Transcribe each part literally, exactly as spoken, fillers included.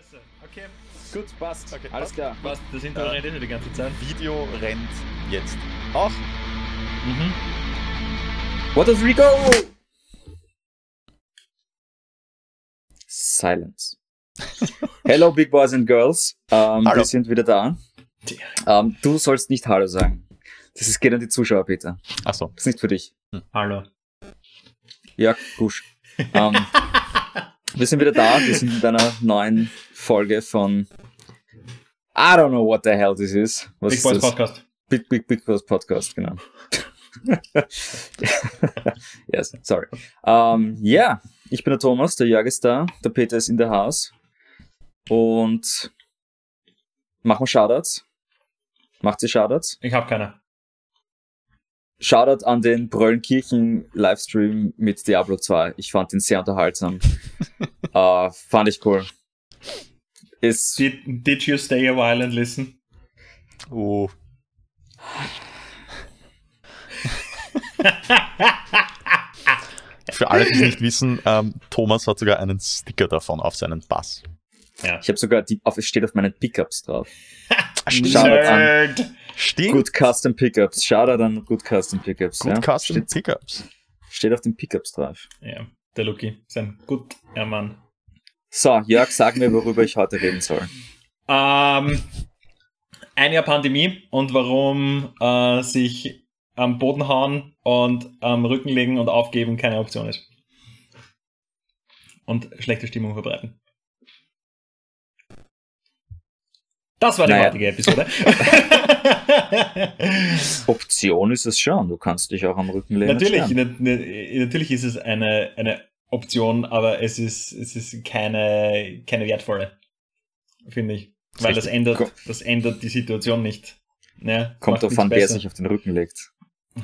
Okay. Gut, passt. Okay, Alles passt. klar. Passt. Das Intro Ja. redet die ganze Zeit. Video rennt jetzt auch. Mhm. What does Rico? Silence. Hello, Big Boys and Girls. Ähm, Hallo. wir sind wieder da. Ähm, du sollst nicht Hallo sagen. Das ist, geht an die Zuschauer, Peter. Achso. Das ist nicht für dich. Hallo. Ja, gusch. ähm, wir sind wieder da. Wir sind in einer neuen Folge von I don't know what the hell this is. Was Big ist Boys das? Podcast. Big, Big, Big Boys Podcast, genau. Yes, sorry. Ähm, ja, ich bin der Thomas, der Jörg ist da, der Peter ist in der Haus. Und machen wir Shoutouts. Macht sie Shoutouts? Ich habe keine. Shoutout an den Bröllenkirchen-Livestream mit Diablo zwei. Ich fand ihn sehr unterhaltsam. äh, fand ich cool. Ist Did, did you stay a while and listen? Oh. Für alle, die es nicht wissen, ähm, Thomas hat sogar einen Sticker davon auf seinen Bass. Ja. Ich habe sogar, die, auf, es steht auf meinen Pickups drauf. Stimmt. Shoutout an Nerd. Stimmt. Good Custom Pickups. Shoutout an Good Custom Pickups. Good ja. Custom steht, Pickups. steht auf den Pickups drauf. Ja, der Luki. Ist ein gut, ja Mann. So, Jörg, sag mir, worüber ich heute reden soll. Ähm, ein Jahr Pandemie und warum äh, sich am Boden hauen und am Rücken legen und aufgeben keine Option ist. Und schlechte Stimmung verbreiten. Das war die Naja. heutige Episode. Option ist es schon. Du kannst dich auch am Rücken legen. und Natürlich, sterben. na- na- natürlich ist es eine, eine Option, aber es ist, es ist keine, keine wertvolle, finde ich. Weil das Richtig. ändert, Ko- das ändert die Situation nicht. Ne? Kommt Macht drauf an, nichts wer besser. sich auf den Rücken legt.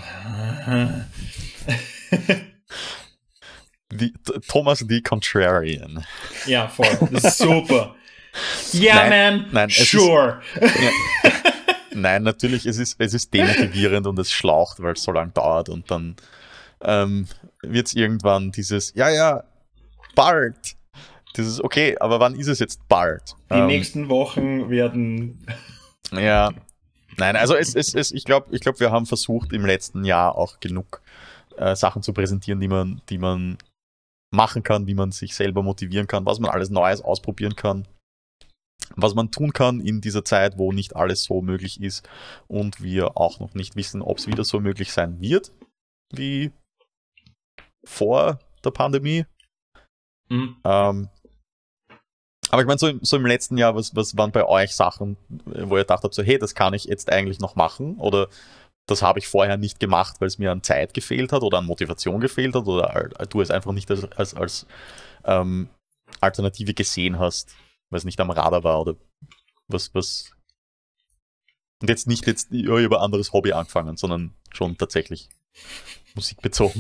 Die, T- Thomas the Contrarian. Ja, voll. Das ist super. Yeah, Nein, man. nein, es ist- sure. Nein, natürlich, es ist, es ist demotivierend und es schlaucht, weil es so lange dauert und dann ähm, wird es irgendwann dieses, ja, ja, bald. Dieses, okay, aber wann ist es jetzt bald? Die Ähm, nächsten Wochen werden. Ja, nein, also es, es, es, ich glaube, ich glaub, wir haben versucht im letzten Jahr auch genug äh, Sachen zu präsentieren, die man, die man machen kann, wie man sich selber motivieren kann, was man alles Neues ausprobieren kann, was man tun kann in dieser Zeit, wo nicht alles so möglich ist und wir auch noch nicht wissen, ob es wieder so möglich sein wird, wie vor der Pandemie. Mhm. Ähm, aber ich meine, so, im- so im letzten Jahr, was, was waren bei euch Sachen, wo ihr gedacht habt, so, hey, das kann ich jetzt eigentlich noch machen oder das habe ich vorher nicht gemacht, weil es mir an Zeit gefehlt hat oder an Motivation gefehlt hat oder du es einfach nicht als, als, als ähm, Alternative gesehen hast, weil es nicht am Radar war oder was, was. Und jetzt nicht jetzt ja, über anderes Hobby angefangen, sondern schon tatsächlich musikbezogen.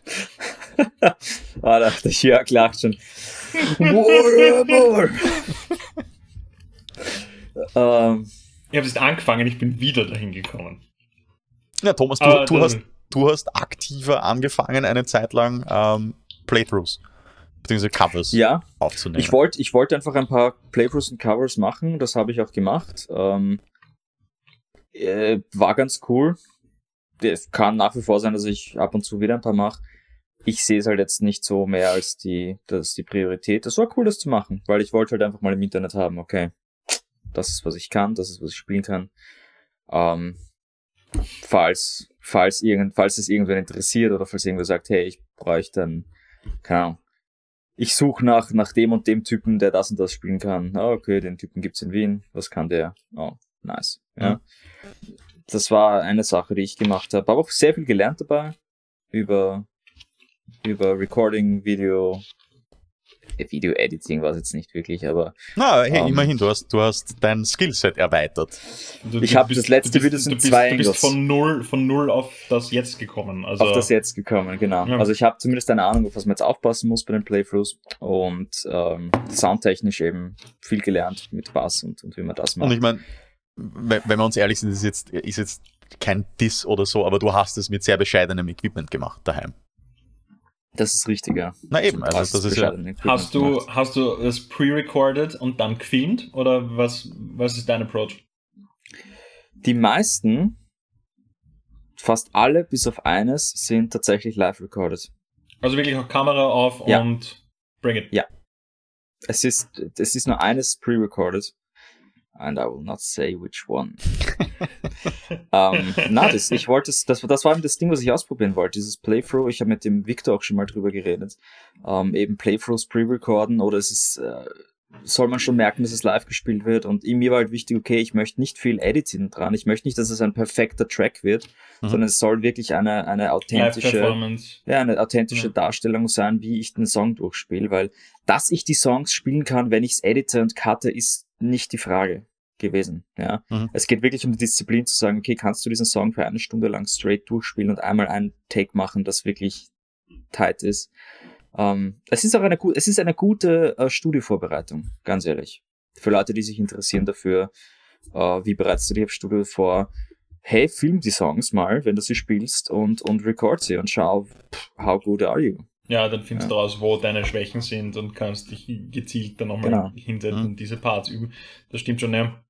Ah, der, der Jörg lacht schon. More, more. ähm, Ich habe es jetzt angefangen, ich bin wieder dahin gekommen. Ja, Thomas, du, Aber du, dann- hast, du hast aktiver angefangen, eine Zeit lang ähm, Playthroughs bzw. Covers ja, aufzunehmen. ich wollte ich wollte einfach ein paar Playthroughs und Covers machen. Das habe ich auch gemacht. Ähm, äh, war ganz cool. Es kann nach wie vor sein, dass ich ab und zu wieder ein paar mache. Ich sehe es halt jetzt nicht so mehr als die, das ist die Priorität. Das war cool, das zu machen, weil ich wollte halt einfach mal im Internet haben, okay, das ist, was ich kann, das ist, was ich spielen kann. Ähm, falls, falls, irgend, falls es irgendwen interessiert oder falls irgendwer sagt, hey, ich bräuchte dann, keine Ahnung, ich suche nach, nach dem und dem Typen, der das und das spielen kann. Ah, okay, den Typen gibt's in Wien, was kann der? Oh, nice. Ja. Das war eine Sache, die ich gemacht habe. Aber auch sehr viel gelernt dabei über über Recording, Video, äh, Video-Editing war es jetzt nicht wirklich, aber Na, hey, Ähm, immerhin, du hast, du hast dein Skillset erweitert. Du, Ich du hab bist- das letzte du bist- Video sind du bist, zwei Du bist Angles. von null, von null auf das jetzt gekommen. Also, auf das jetzt gekommen, genau. Ja. Also ich habe zumindest eine Ahnung, auf was man jetzt aufpassen muss bei den Playthroughs und ähm, soundtechnisch eben viel gelernt mit Bass und, und wie man das Und macht. ich meine, wenn wenn wir uns ehrlich sind, ist jetzt, ist jetzt kein Diss oder so, aber du hast es mit sehr bescheidenem Equipment gemacht daheim. Das ist richtig, ja. Na eben, also das ist ja... Hast du, hast du das pre-recorded und dann gefilmt? Oder was, was ist dein Approach? Die meisten, fast alle bis auf eines, sind tatsächlich live recorded. Also wirklich noch Kamera auf ja. und bring it. Ja. Es ist, es ist nur eines pre-recorded. And I will not say which one. ähm, na, das, ich wollte das, das, das war das Ding, was ich ausprobieren wollte, dieses Playthrough. Ich habe mit dem Victor auch schon mal drüber geredet. Ähm, eben Playthroughs pre-recorden oder es ist, äh, soll man schon merken, dass es live gespielt wird. Und mir war halt wichtig, okay, ich möchte nicht viel Editing dran. Ich möchte nicht, dass es ein perfekter Track wird, mhm. sondern es soll wirklich eine, eine authentische, ja, eine authentische ja. Darstellung sein, wie ich den Song durchspiele, weil, dass ich die Songs spielen kann, wenn ich es edite und cutte, ist nicht die Frage gewesen, ja. Mhm. Es geht wirklich um die Disziplin zu sagen, okay, kannst du diesen Song für eine Stunde lang straight durchspielen und einmal einen Take machen, das wirklich tight ist. Ähm, es ist auch eine gute, es ist eine gute äh, Studiovorbereitung, ganz ehrlich. Für Leute, die sich interessieren dafür, äh, wie bereitest du dich auf Studio vor? Hey, film die Songs mal, wenn du sie spielst und, und record sie und schau, pff, how good are you? Ja, dann findest ja. du raus, wo deine Schwächen sind und kannst dich gezielt dann nochmal genau. hinsetzen mhm. und diese Parts üben. Das stimmt schon, ja.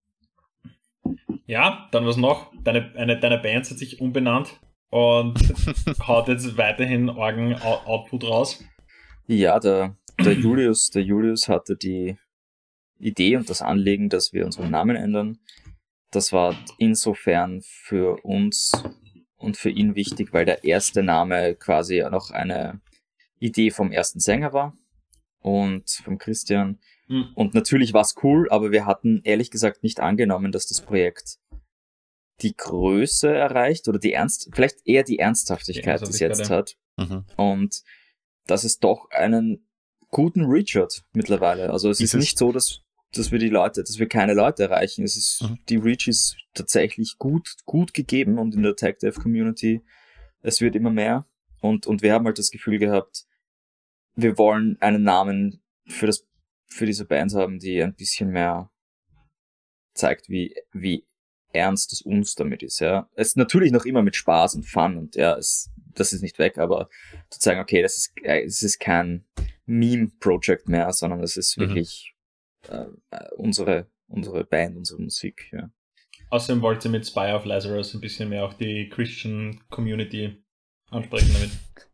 Ja, dann was noch? Deine, eine, deine Band hat sich umbenannt und haut jetzt weiterhin Orgen-Output raus. Ja, der, der Julius, der Julius hatte die Idee und das Anliegen, dass wir unseren Namen ändern. Das war insofern für uns und für ihn wichtig, weil der erste Name quasi noch eine Idee vom ersten Sänger war und vom Christian. Mhm. Und natürlich war es cool, aber wir hatten ehrlich gesagt nicht angenommen, dass das Projekt die Größe erreicht oder die Ernst, vielleicht eher die Ernsthaftigkeit, die es jetzt hat. Mhm. Und dass es doch einen guten Reach hat mittlerweile. Also es ist, ist nicht so, dass, dass wir die Leute, dass wir keine Leute erreichen. Es ist, mhm. die Reach ist tatsächlich gut, gut gegeben und in der Tech-Dev-Community, es wird immer mehr. Und, und wir haben halt das Gefühl gehabt, wir wollen einen Namen für das, für diese Band haben, die ein bisschen mehr zeigt, wie, wie ernst es uns damit ist, ja. Es ist natürlich noch immer mit Spaß und Fun und ja, es, das ist nicht weg, aber zu sagen, okay, das ist, es ist kein Meme-Project mehr, sondern es ist mhm. wirklich äh, unsere, unsere Band, unsere Musik, ja. Außerdem wollt ihr mit Spire of Lazarus ein bisschen mehr auch die Christian Community ansprechen damit.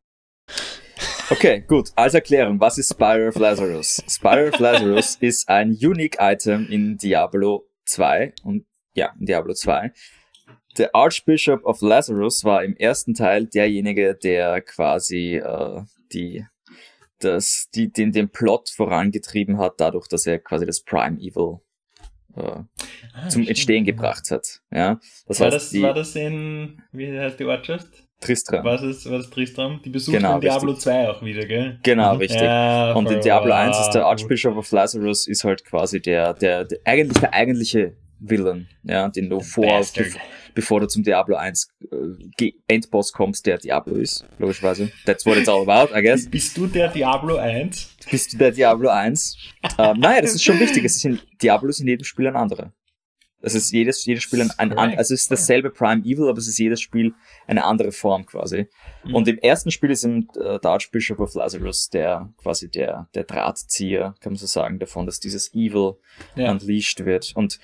Okay, gut. Als Erklärung, was ist Spire of Lazarus? Spire of Lazarus ist ein Unique Item in Diablo zwei und ja, in Diablo zwei. Der Archbishop of Lazarus war im ersten Teil derjenige, der quasi äh, die, das, die, den, den Plot vorangetrieben hat, dadurch, dass er quasi das Prime Evil äh, ah, zum Entstehen gebracht hat. Ja, das war, heißt, das, die, war das in, wie heißt die Ortschaft? Tristram. Was ist, was ist Tristram? Die besucht genau, in Diablo richtig. zwei auch wieder, gell? Genau, richtig. Ja, und in Diablo eins ist der Archbishop of Lazarus ist halt quasi der, der, der eigentlich der eigentliche Villain, ja, den du vor, bev- bevor du zum Diablo eins äh, Endboss kommst, der Diablo ist, logischerweise. That's what it's all about, I guess. Bist du der Diablo eins? Bist du der Diablo eins? ähm, naja, das ist schon wichtig. Es ist in, Diablo ist in jedem Spiel ein anderer. Es ist jedes, jedes Spiel ein, ein, ein also es ist dasselbe Prime Evil, aber es ist jedes Spiel eine andere Form quasi. Mhm. Und im ersten Spiel ist im äh, der Archbishop of Lazarus der quasi der, der Drahtzieher, kann man so sagen, davon, dass dieses Evil ja. unleashed wird. Und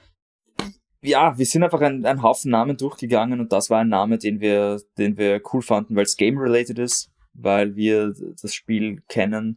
ja, wir sind einfach ein, ein Haufen Namen durchgegangen und das war ein Name, den wir, den wir cool fanden, weil es game-related ist, weil wir das Spiel kennen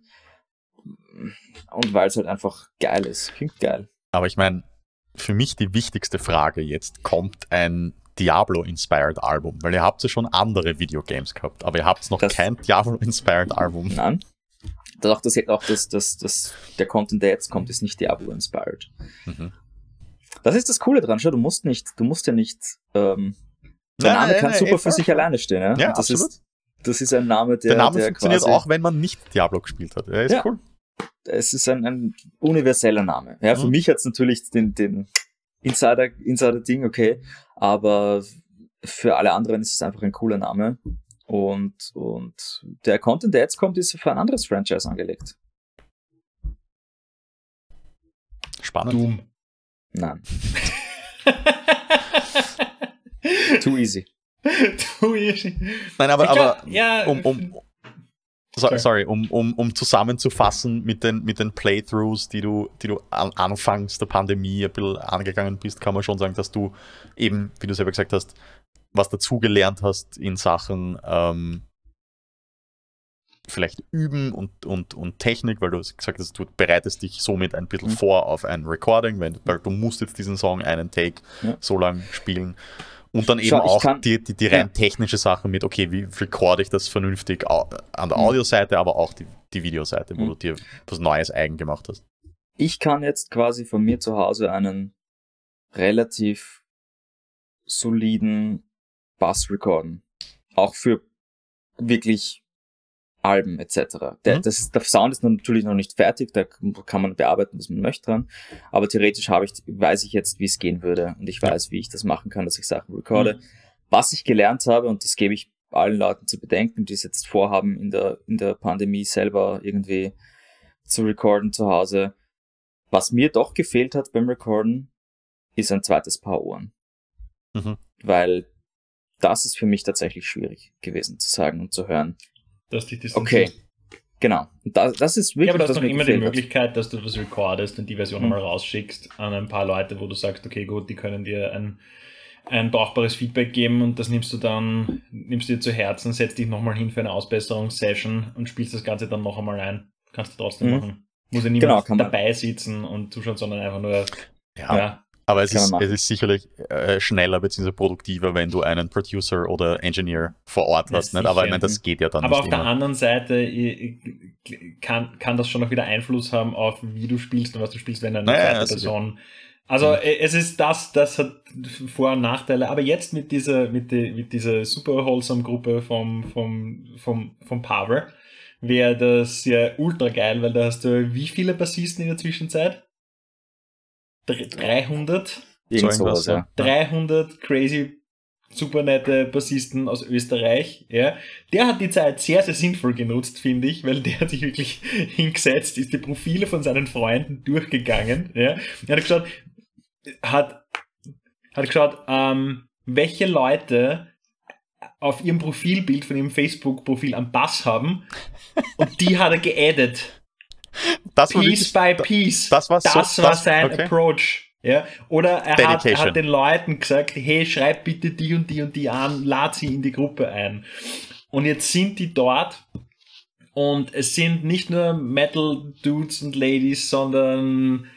und weil es halt einfach geil ist. Klingt geil. Aber ich meine, für mich die wichtigste Frage jetzt, kommt ein Diablo-inspired Album? Weil ihr habt ja schon andere Videogames gehabt, aber ihr habt noch das, kein Diablo-inspired Album. Nein. Auch, das, auch das, das, das, der Content, der jetzt kommt, ist nicht Diablo-inspired. Mhm. Das ist das Coole dran, schau, du musst nicht, du musst ja nicht, ähm, der Name nein, kann nein, super nein, für sich alleine stehen, ja? Ja, das absolut. Ist, das ist ein Name, der, der Name der funktioniert quasi, auch, wenn man nicht Diablo gespielt hat. Ja, ist ja. cool. Es ist ein, ein universeller Name. Ja, für mhm. mich hat es natürlich den, den Insider, Insider-Ding, okay, aber für alle anderen ist es einfach ein cooler Name. Und, und der Content, der jetzt kommt, ist für ein anderes Franchise angelegt. Spannend. Doom. Nein. Too easy. Too easy. Nein, aber, glaub, aber ja, um, um, So, sorry, um, um, um zusammenzufassen mit den, mit den Playthroughs, die du, die du an, anfangs der Pandemie ein bisschen angegangen bist, kann man schon sagen, dass du eben, wie du selber gesagt hast, was dazugelernt hast in Sachen ähm, vielleicht Üben und, und, und Technik, weil du gesagt hast, du bereitest dich somit ein bisschen mhm. vor auf ein Recording, wenn, weil du musst jetzt diesen Song einen Take ja. so lang spielen. Und dann eben Schau, auch kann, die, die, die rein ja. technische Sache mit, okay, wie recorde ich das vernünftig an der Audioseite, aber auch die, die Videoseite, wo mhm. du dir was Neues eigen gemacht hast. Ich kann jetzt quasi von mir zu Hause einen relativ soliden Bass recorden. Auch für wirklich Alben et cetera. Der, mhm. das ist, der Sound ist natürlich noch nicht fertig, da kann man bearbeiten, was man möchte dran. Aber theoretisch habe ich, weiß ich jetzt, wie es gehen würde und ich weiß, wie ich das machen kann, dass ich Sachen recorde. Mhm. Was ich gelernt habe, und das gebe ich allen Leuten zu bedenken, die es jetzt vorhaben, in der, in der Pandemie selber irgendwie zu recorden zu Hause. Was mir doch gefehlt hat beim Recorden, ist ein zweites Paar Ohren. Mhm. Weil das ist für mich tatsächlich schwierig gewesen zu sagen und zu hören. Dass dich das okay, genau. Das, das ist wirklich, ja, aber du hast noch immer die Möglichkeit, dass du das recordest und die Version mhm. mal rausschickst an ein paar Leute, wo du sagst, okay, gut, die können dir ein, ein brauchbares Feedback geben und das nimmst du dann, nimmst du dir zu Herzen, setzt dich nochmal hin für eine Ausbesserungssession und spielst das Ganze dann noch einmal ein. Kannst du trotzdem mhm. machen. Muss ja niemand genau, dabei sitzen und zuschauen, sondern einfach nur, ja. ja Aber es ist, es ist sicherlich äh, schneller bzw. produktiver, wenn du einen Producer oder Engineer vor Ort hast. Ja, nicht? Aber ich meine, das geht ja dann Aber nicht auf immer. Der anderen Seite kann, kann das schon noch wieder Einfluss haben auf, wie du spielst und was du spielst, wenn eine naja, zweite Person... Also mhm. es ist das, das hat Vor- und Nachteile. Aber jetzt mit dieser, mit die, mit dieser super wholesome Gruppe vom, vom, vom, vom Power wäre das ja ultra geil, weil da hast du wie viele Bassisten in der Zwischenzeit? dreihundert? Irgend sowas, ja. dreihundert crazy, super nette Bassisten aus Österreich, ja. Der hat die Zeit sehr, sehr sinnvoll genutzt, finde ich, weil der hat sich wirklich hingesetzt, ist die Profile von seinen Freunden durchgegangen, ja. Er hat geschaut, hat, hat geschaut, ähm, welche Leute auf ihrem Profilbild von ihrem Facebook-Profil am Bass haben und die hat er geaddet. Das piece by piece. Das war, so, das war das, sein okay. Approach. Ja? Oder er hat, er hat den Leuten gesagt, hey, schreib bitte die und die und die an, lad sie in die Gruppe ein. Und jetzt sind die dort und es sind nicht nur Metal-Dudes und Ladies, sondern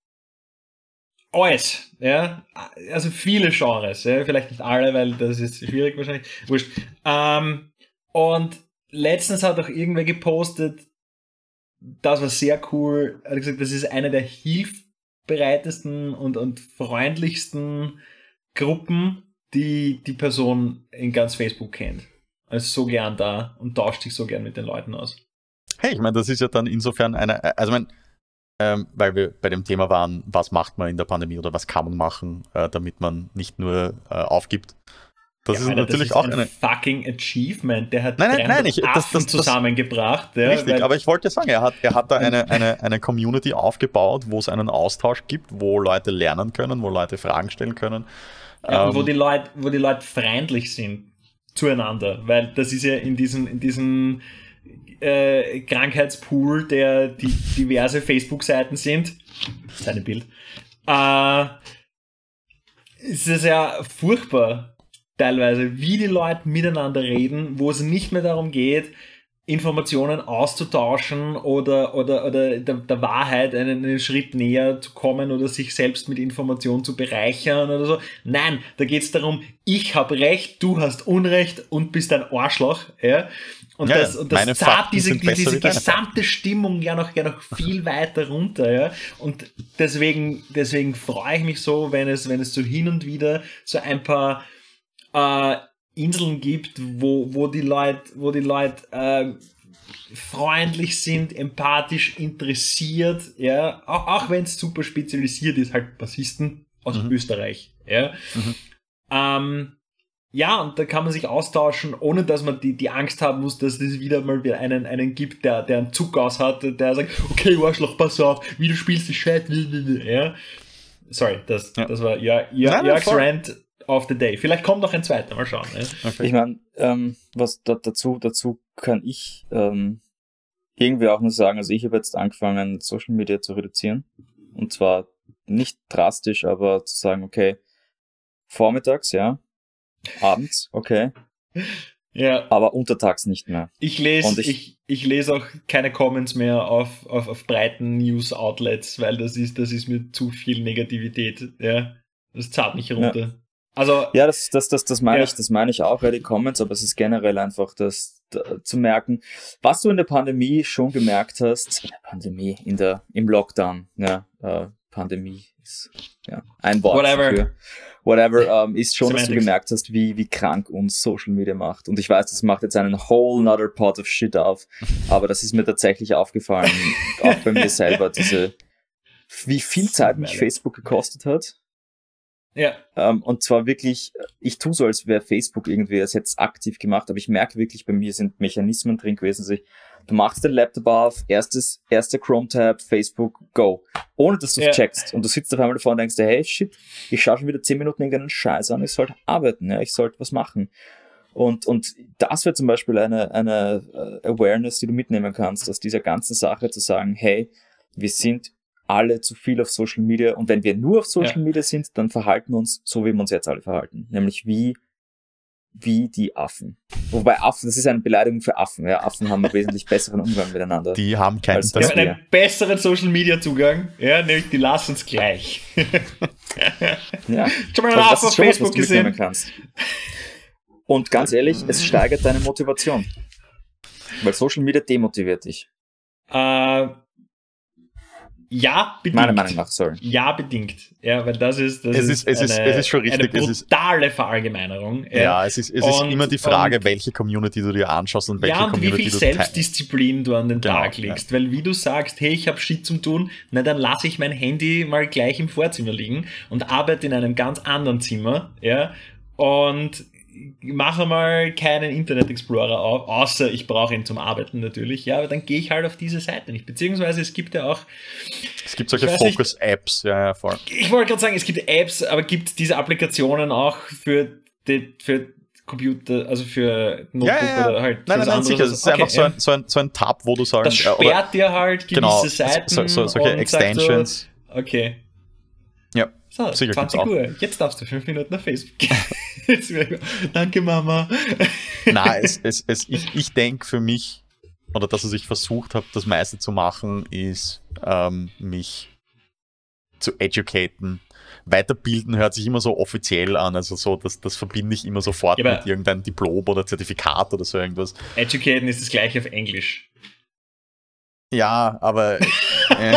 alles. Ja? Also viele Genres. Ja? Vielleicht nicht alle, weil das ist schwierig wahrscheinlich. Wurscht. Ähm, und letztens hat auch irgendwer gepostet, das war sehr cool. Er hat gesagt, das ist eine der hilfsbereitesten und, und freundlichsten Gruppen, die die Person in ganz Facebook kennt. Also so gern da und tauscht sich so gern mit den Leuten aus. Hey, ich meine, das ist ja dann insofern eine, also ich meine, ähm, weil wir bei dem Thema waren, was macht man in der Pandemie oder was kann man machen, äh, damit man nicht nur äh, aufgibt. Das ja, ist Alter, natürlich das ist auch ein eine fucking Achievement. Der hat nein, nein, nein, ich, das, das, das zusammengebracht. Ja, richtig, aber ich wollte sagen, er hat, er hat da eine, eine, eine Community aufgebaut, wo es einen Austausch gibt, wo Leute lernen können, wo Leute Fragen stellen können. Ja, ähm, wo die Leute, wo die Leute freundlich sind zueinander, weil das ist ja in diesem, in diesem äh, Krankheitspool, der die diverse Facebook-Seiten sind. Seine Bild. Äh, ist es ja furchtbar. Teilweise, wie die Leute miteinander reden, wo es nicht mehr darum geht, Informationen auszutauschen oder, oder, oder der, der Wahrheit einen, einen Schritt näher zu kommen oder sich selbst mit Informationen zu bereichern oder so. Nein, da geht es darum, ich habe Recht, du hast Unrecht und bist ein Arschloch. Ja? Und ja, das, und das zahlt diese, diese gesamte Stimmung ja noch, ja noch viel weiter runter. Ja? Und deswegen, deswegen freue ich mich so, wenn es, wenn es so hin und wieder so ein paar Äh, Inseln gibt, wo, wo die Leute, wo die Leute äh, freundlich sind, empathisch interessiert, ja, auch, auch wenn es super spezialisiert ist, halt Bassisten aus mhm. Österreich, ja. Mhm. Ähm, ja, und da kann man sich austauschen, ohne dass man die, die Angst haben muss, dass es wieder mal wieder einen, einen gibt, der, der einen Zug aus hat, der sagt, okay, Arschloch, pass auf, wie du spielst, ist scheiße, ja. Sorry, das, ja. das war ja, ja, Jörgs Rant of the Day. Vielleicht kommt noch ein zweiter, mal schauen. Ja. Okay. Ich meine, ähm, was da, dazu, dazu kann ich ähm, irgendwie auch nur sagen, also ich habe jetzt angefangen, Social Media zu reduzieren. Und zwar nicht drastisch, aber zu sagen, okay, vormittags, ja, abends, okay, Ja. aber untertags nicht mehr. Ich lese ich, ich, ich lese auch keine Comments mehr auf, auf, auf breiten News-Outlets, weil das ist, das ist mir zu viel Negativität. Ja. Das zahlt mich runter. Ja. Also, ja, das, das, das, das meine ja. ich, das meine ich auch, ja, die Comments, aber es ist generell einfach das da, zu merken, was du in der Pandemie schon gemerkt hast, in der Pandemie, in der, im Lockdown, ja, äh, Pandemie ist ja ein Wort Whatever. dafür. Whatever, ähm, ist schon, Semantics. dass du gemerkt hast, wie, wie krank uns Social Media macht. Und ich weiß, das macht jetzt einen whole nother pot of shit auf, aber das ist mir tatsächlich aufgefallen, auch bei mir selber, diese, wie viel Zeit mich Facebook gekostet hat. Ja. Um, und zwar wirklich, ich tue so, als wäre Facebook irgendwie, als hätte es aktiv gemacht, aber ich merke wirklich, bei mir sind Mechanismen drin gewesen, sich, du machst den Laptop auf, erstes, erste Chrome-Tab, Facebook, go. Ohne, dass du es ja. checkst. Und du sitzt auf einmal davor und denkst dir, hey, shit, ich schaue schon wieder zehn Minuten irgendeinen Scheiß an, ich sollte arbeiten, ja, ich sollte was machen. Und, und das wäre zum Beispiel eine, eine uh, Awareness, die du mitnehmen kannst, aus dieser ganzen Sache zu sagen, hey, wir sind alle zu viel auf Social Media und wenn wir nur auf Social ja. Media sind, dann verhalten wir uns so, wie wir uns jetzt alle verhalten. Nämlich wie, wie die Affen. Wobei Affen, das ist eine Beleidigung für Affen. Ja, Affen haben einen wesentlich besseren Umgang miteinander. Die haben keinen als Die haben einen besseren Social Media Zugang. Ja, nämlich die lassen uns gleich. Ja. Schon mal also das auf schon Facebook was, was du mitnehmen gesehen. kannst. Und ganz ehrlich, es steigert deine Motivation. Weil Social Media demotiviert dich. Äh, Ja, bedingt. Meiner Meinung nach, sorry. Ja, bedingt. Ja, weil das ist, das es ist, ist, es eine, ist, es ist schon richtig. eine Es ist, brutale Verallgemeinerung. Ja, ja, es ist, es und, ist immer die Frage, und, welche Community du dir anschaust und welche ja, und Community wie viel du Selbstdisziplin du an den genau, Tag legst. Ja. Weil wie du sagst, hey, ich habe Shit zum Tun, na dann lasse ich mein Handy mal gleich im Vorzimmer liegen und arbeite in einem ganz anderen Zimmer, ja, und mache mal keinen Internet Explorer auf, außer ich brauche ihn zum Arbeiten natürlich, ja, aber dann gehe ich halt auf diese Seite nicht. Beziehungsweise es gibt ja auch Es gibt solche Focus-Apps, ja, ja, voll. Ich wollte gerade sagen, es gibt Apps, aber gibt es diese Applikationen auch für, die, für Computer, also für Notebook ja, ja, ja. oder halt Nein, nein, nein, sicher. Es ist okay, einfach so ein, so, ein, so ein Tab, wo du sagst... Das sperrt dir halt gewisse genau, Seiten so, so, solche und Extensions. So, okay. Ja, so, sicher zwanzig Uhr, jetzt darfst du fünf Minuten auf Facebook gehen. Danke, Mama. Nein, es, es, es, ich, ich denke für mich, oder dass ich versucht habe, das meiste zu machen, ist ähm, mich zu educaten. Weiterbilden hört sich immer so offiziell an, also so, das, das verbinde ich immer sofort ja, mit irgendeinem Diplom oder Zertifikat oder so irgendwas. Educaten ist das gleiche auf Englisch. Ja, aber äh,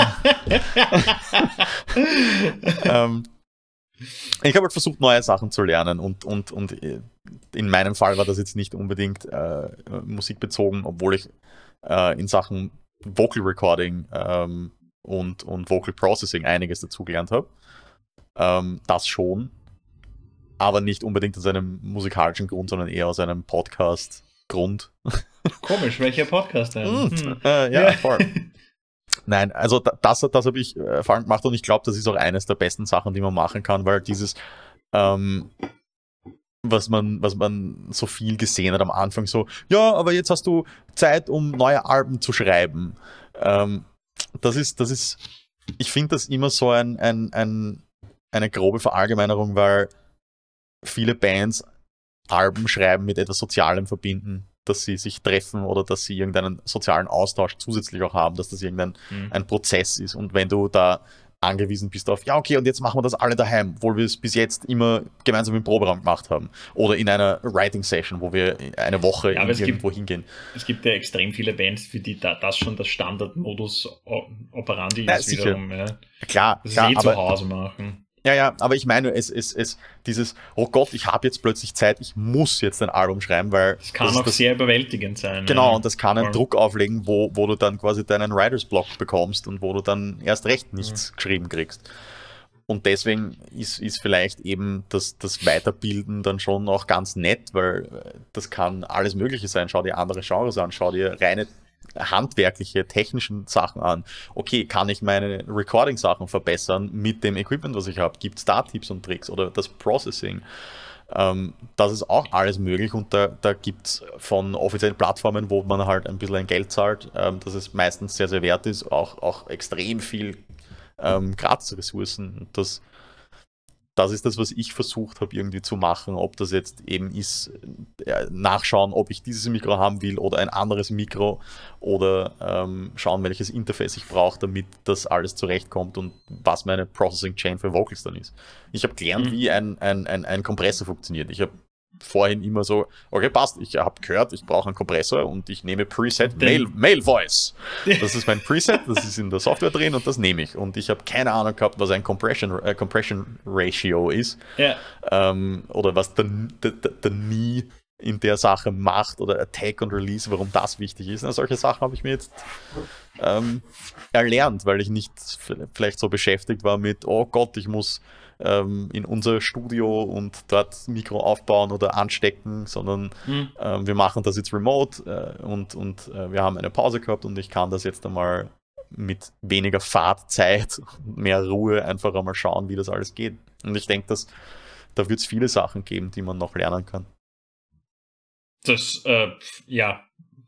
ähm, ich habe halt versucht, neue Sachen zu lernen und, und, und in meinem Fall war das jetzt nicht unbedingt äh, musikbezogen, obwohl ich äh, in Sachen Vocal Recording ähm, und, und Vocal Processing einiges dazugelernt habe. Ähm, das schon, aber nicht unbedingt aus einem musikalischen Grund, sondern eher aus einem Podcast-Grund. Komisch, welcher Podcast denn? Hm. Äh, ja, ja, voll. Nein, also das, das habe ich äh, vor allem gemacht und ich glaube, das ist auch eines der besten Sachen, die man machen kann, weil dieses, ähm, was man, was man so viel gesehen hat am Anfang, so, ja, aber jetzt hast du Zeit, um neue Alben zu schreiben. Ähm, das ist, das ist, ich finde das immer so ein, ein, ein, eine grobe Verallgemeinerung, weil viele Bands Alben schreiben mit etwas Sozialem verbinden, dass sie sich treffen oder dass sie irgendeinen sozialen Austausch zusätzlich auch haben, dass das irgendein mhm. ein Prozess ist. Und wenn du da angewiesen bist auf, ja, okay, und jetzt machen wir das alle daheim, obwohl wir es bis jetzt immer gemeinsam im Proberaum gemacht haben. Oder in einer Writing-Session, wo wir eine Woche ja, irgendwo gibt, hingehen. Es gibt ja extrem viele Bands, für die da, das schon das Standardmodus operandi ja, ist wiederum. Ja. Klar, das klar, eh aber, zu Hause machen. Ja, ja, aber ich meine, es ist es, es, dieses, oh Gott, ich habe jetzt plötzlich Zeit, ich muss jetzt ein Album schreiben, weil... Das kann das auch das, sehr überwältigend sein. Genau, ja. und das kann einen Voll. Druck auflegen, wo, wo du dann quasi deinen Writers Block bekommst und wo du dann erst recht nichts mhm. geschrieben kriegst. Und deswegen ist, ist vielleicht eben das, das Weiterbilden dann schon auch ganz nett, weil das kann alles Mögliche sein. Schau dir andere Genres an, schau dir reine handwerkliche, technischen Sachen an. Okay, kann ich meine Recording-Sachen verbessern mit dem Equipment, was ich habe? Gibt es da Tipps und Tricks oder das Processing? Ähm, das ist auch alles möglich und da, da gibt es von offiziellen Plattformen, wo man halt ein bisschen ein Geld zahlt, ähm, dass es meistens sehr, sehr wert ist, auch, auch extrem viel ähm, Gratis-Ressourcen. Das, das ist das, was ich versucht habe irgendwie zu machen, ob das jetzt eben ist, äh, nachschauen, ob ich dieses Mikro haben will oder ein anderes Mikro oder ähm, schauen, welches Interface ich brauche, damit das alles zurechtkommt und was meine Processing Chain für Vocals dann ist. Ich habe gelernt, mhm. wie ein, ein, ein, ein Kompressor funktioniert. Ich habe vorhin immer so, okay, passt, ich habe gehört, ich brauche einen Kompressor und ich nehme Preset Male, Male Voice. Das ist mein Preset, das ist in der Software drin und das nehme ich. Und ich habe keine Ahnung gehabt, was ein Compression, äh, Compression Ratio ist. Ja. Ähm, oder was der, der, der Nie in der Sache macht oder Attack und Release, warum das wichtig ist. Na, solche Sachen habe ich mir jetzt ähm, erlernt, weil ich nicht vielleicht so beschäftigt war mit, oh Gott, ich muss ähm, in unser Studio und dort Mikro aufbauen oder anstecken, sondern mhm. ähm, wir machen das jetzt remote äh, und, und äh, wir haben eine Pause gehabt und ich kann das jetzt einmal mit weniger Fahrtzeit und mehr Ruhe einfach einmal schauen, wie das alles geht. Und ich denke, dass da wird es viele Sachen geben, die man noch lernen kann. Das, äh, ja,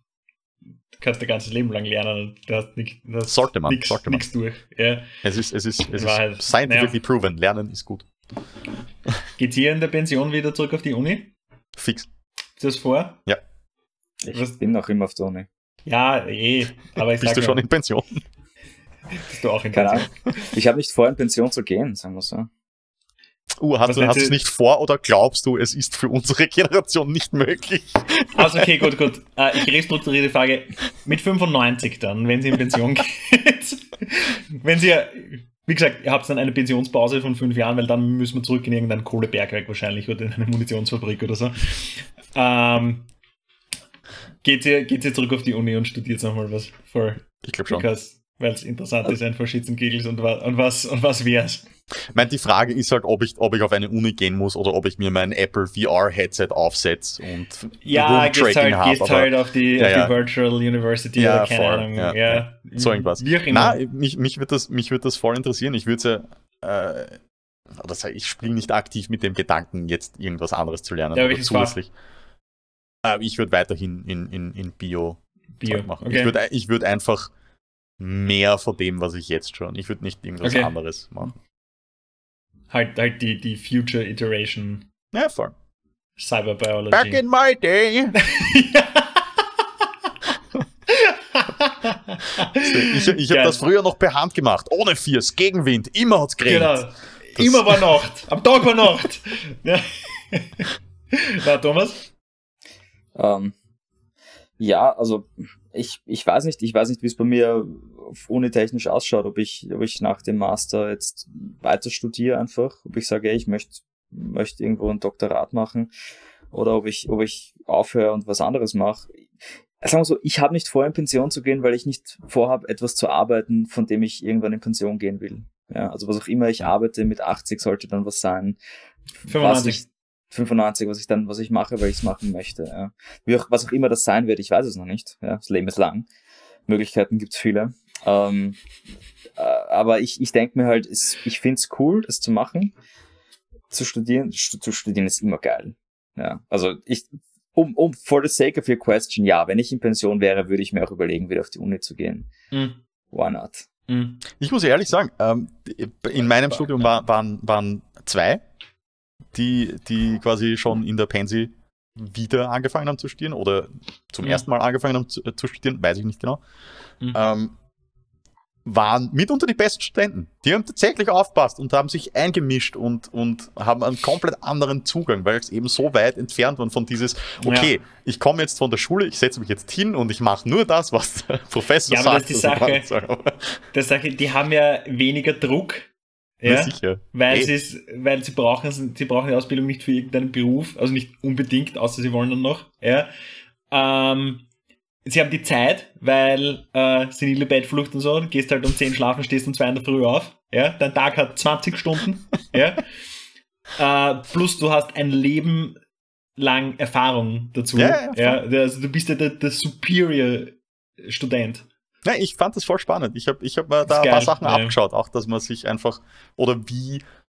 du kannst dein ganzes Leben lang lernen und du hast nichts sollte man, nix, sollte man. Nix durch. Ja. Es ist, es ist, es ist halt, scientifically ja. proven, lernen ist gut. Geht's hier in der Pension wieder zurück auf die Uni? Fix. Ist das vor? Ja. Ich Was? bin noch immer auf der Uni. Ja, eh. Aber ich Bist du mal, schon in Pension? Bist du auch in Keine Pension? Ahnung. Ich habe nicht vor, in Pension zu gehen, sagen wir so. Uh, hast du es nicht vor oder glaubst du, es ist für unsere Generation nicht möglich? Also okay, gut, gut. Uh, ich restrukturiere die Frage. Mit fünfundneunzig dann, wenn sie in Pension geht. Wenn sie, wie gesagt, ihr habt dann eine Pensionspause von fünf Jahren, weil dann müssen wir zurück in irgendein Kohlebergwerk wahrscheinlich oder in eine Munitionsfabrik oder so. Ähm, geht ihr, geht ihr zurück auf die Uni und studiert nochmal was? For, ich glaube schon. Weil es interessant ist, einfach Schützenkegels und, und was, und was wär's? Ich meine, die Frage ist halt, ob ich, ob ich auf eine Uni gehen muss oder ob ich mir mein Apple V R-Headset aufsetze und ja, Room-Tracking habe. Ja, gehst halt auf die, ja, auf die ja. Virtual University ja, oder keine voll, Ahnung. Ja, ja. Ja. So irgendwas. Wie auch immer. Nein, mich, mich würde das, mich würd das voll interessieren. Ich würde ja, äh, das heißt, ich spiele nicht aktiv mit dem Gedanken, jetzt irgendwas anderes zu lernen. Ja, oder zusätzlich. Äh, ich würde weiterhin in, in, in Bio, Bio machen. Okay. Ich würde ich würd einfach mehr von dem, was ich jetzt schon. Ich würde nicht irgendwas okay. anderes machen. Halt, halt die, die Future Iteration. Ja, voll. Cyberbiology. Back in my day. ich ich habe das früher noch per Hand gemacht. Ohne Fiers, Gegenwind. Immer hat's geregnet. Genau. Das Immer war Nacht. Am Tag war Nacht. Ja. Na, Thomas? Ähm, ja, also ich, ich weiß nicht, ich weiß nicht, wie es bei mir unitechnisch ausschaut, ob ich, ob ich nach dem Master jetzt weiter studiere einfach, ob ich sage, ey, ich möchte möchte irgendwo ein Doktorat machen oder ob ich, ob ich aufhöre und was anderes mache. Sagen wir so, ich habe nicht vor, in Pension zu gehen, weil ich nicht vorhabe, etwas zu arbeiten, von dem ich irgendwann in Pension gehen will. Ja, also was auch immer ich arbeite, mit achtzig sollte dann was sein. fünfundneunzig. Was ich, fünfundneunzig, was ich dann, was ich mache, weil ich es machen möchte. Ja. Wie auch, was auch immer das sein wird, ich weiß es noch nicht. Ja, das Leben ist lang. Möglichkeiten gibt's viele. Ähm, äh, aber ich, ich denke mir halt, es, ich find's cool, das zu machen. Zu studieren, stu- zu studieren ist immer geil. Ja, also ich, um, um, for the sake of your question, ja, wenn ich in Pension wäre, würde ich mir auch überlegen, wieder auf die Uni zu gehen. Mhm. Why not? Mhm. Ich muss ehrlich sagen, ähm, in meinem Studium war, waren, waren zwei, die, die quasi schon in der Pensi wieder angefangen haben zu studieren oder zum Mhm. ersten Mal angefangen haben zu, äh, zu studieren, weiß ich nicht genau, Mhm. ähm, waren mitunter die besten Studenten. Die haben tatsächlich aufgepasst und haben sich eingemischt und, und haben einen komplett anderen Zugang, weil es eben so weit entfernt war von dieses, okay, Ja. ich komme jetzt von der Schule, ich setze mich jetzt hin und ich mache nur das, was der Professor Ja, aber sagt. das ist die dass ich Sache. machen soll. Das sage ich, die haben ja weniger Druck. Ja, Ja, sicher. weil, Ey. sie es, weil sie brauchen sie brauchen die Ausbildung nicht für irgendeinen Beruf, also nicht unbedingt, außer sie wollen dann noch. Ja. Ähm, sie haben die Zeit, weil äh, senile Bettflucht und so, du gehst halt um zehn schlafen, stehst um zwei in der Früh auf. Ja. Dein Tag hat zwanzig Stunden. Ja. Äh, plus du hast ein Leben lang Erfahrung dazu. Ja, ja, ja, also du bist ja der, der Superior-Student. Ja, ich fand das voll spannend. Ich habe ich hab mir Das da ist ein paar geil, Sachen ja. abgeschaut, auch dass man sich einfach, oder wie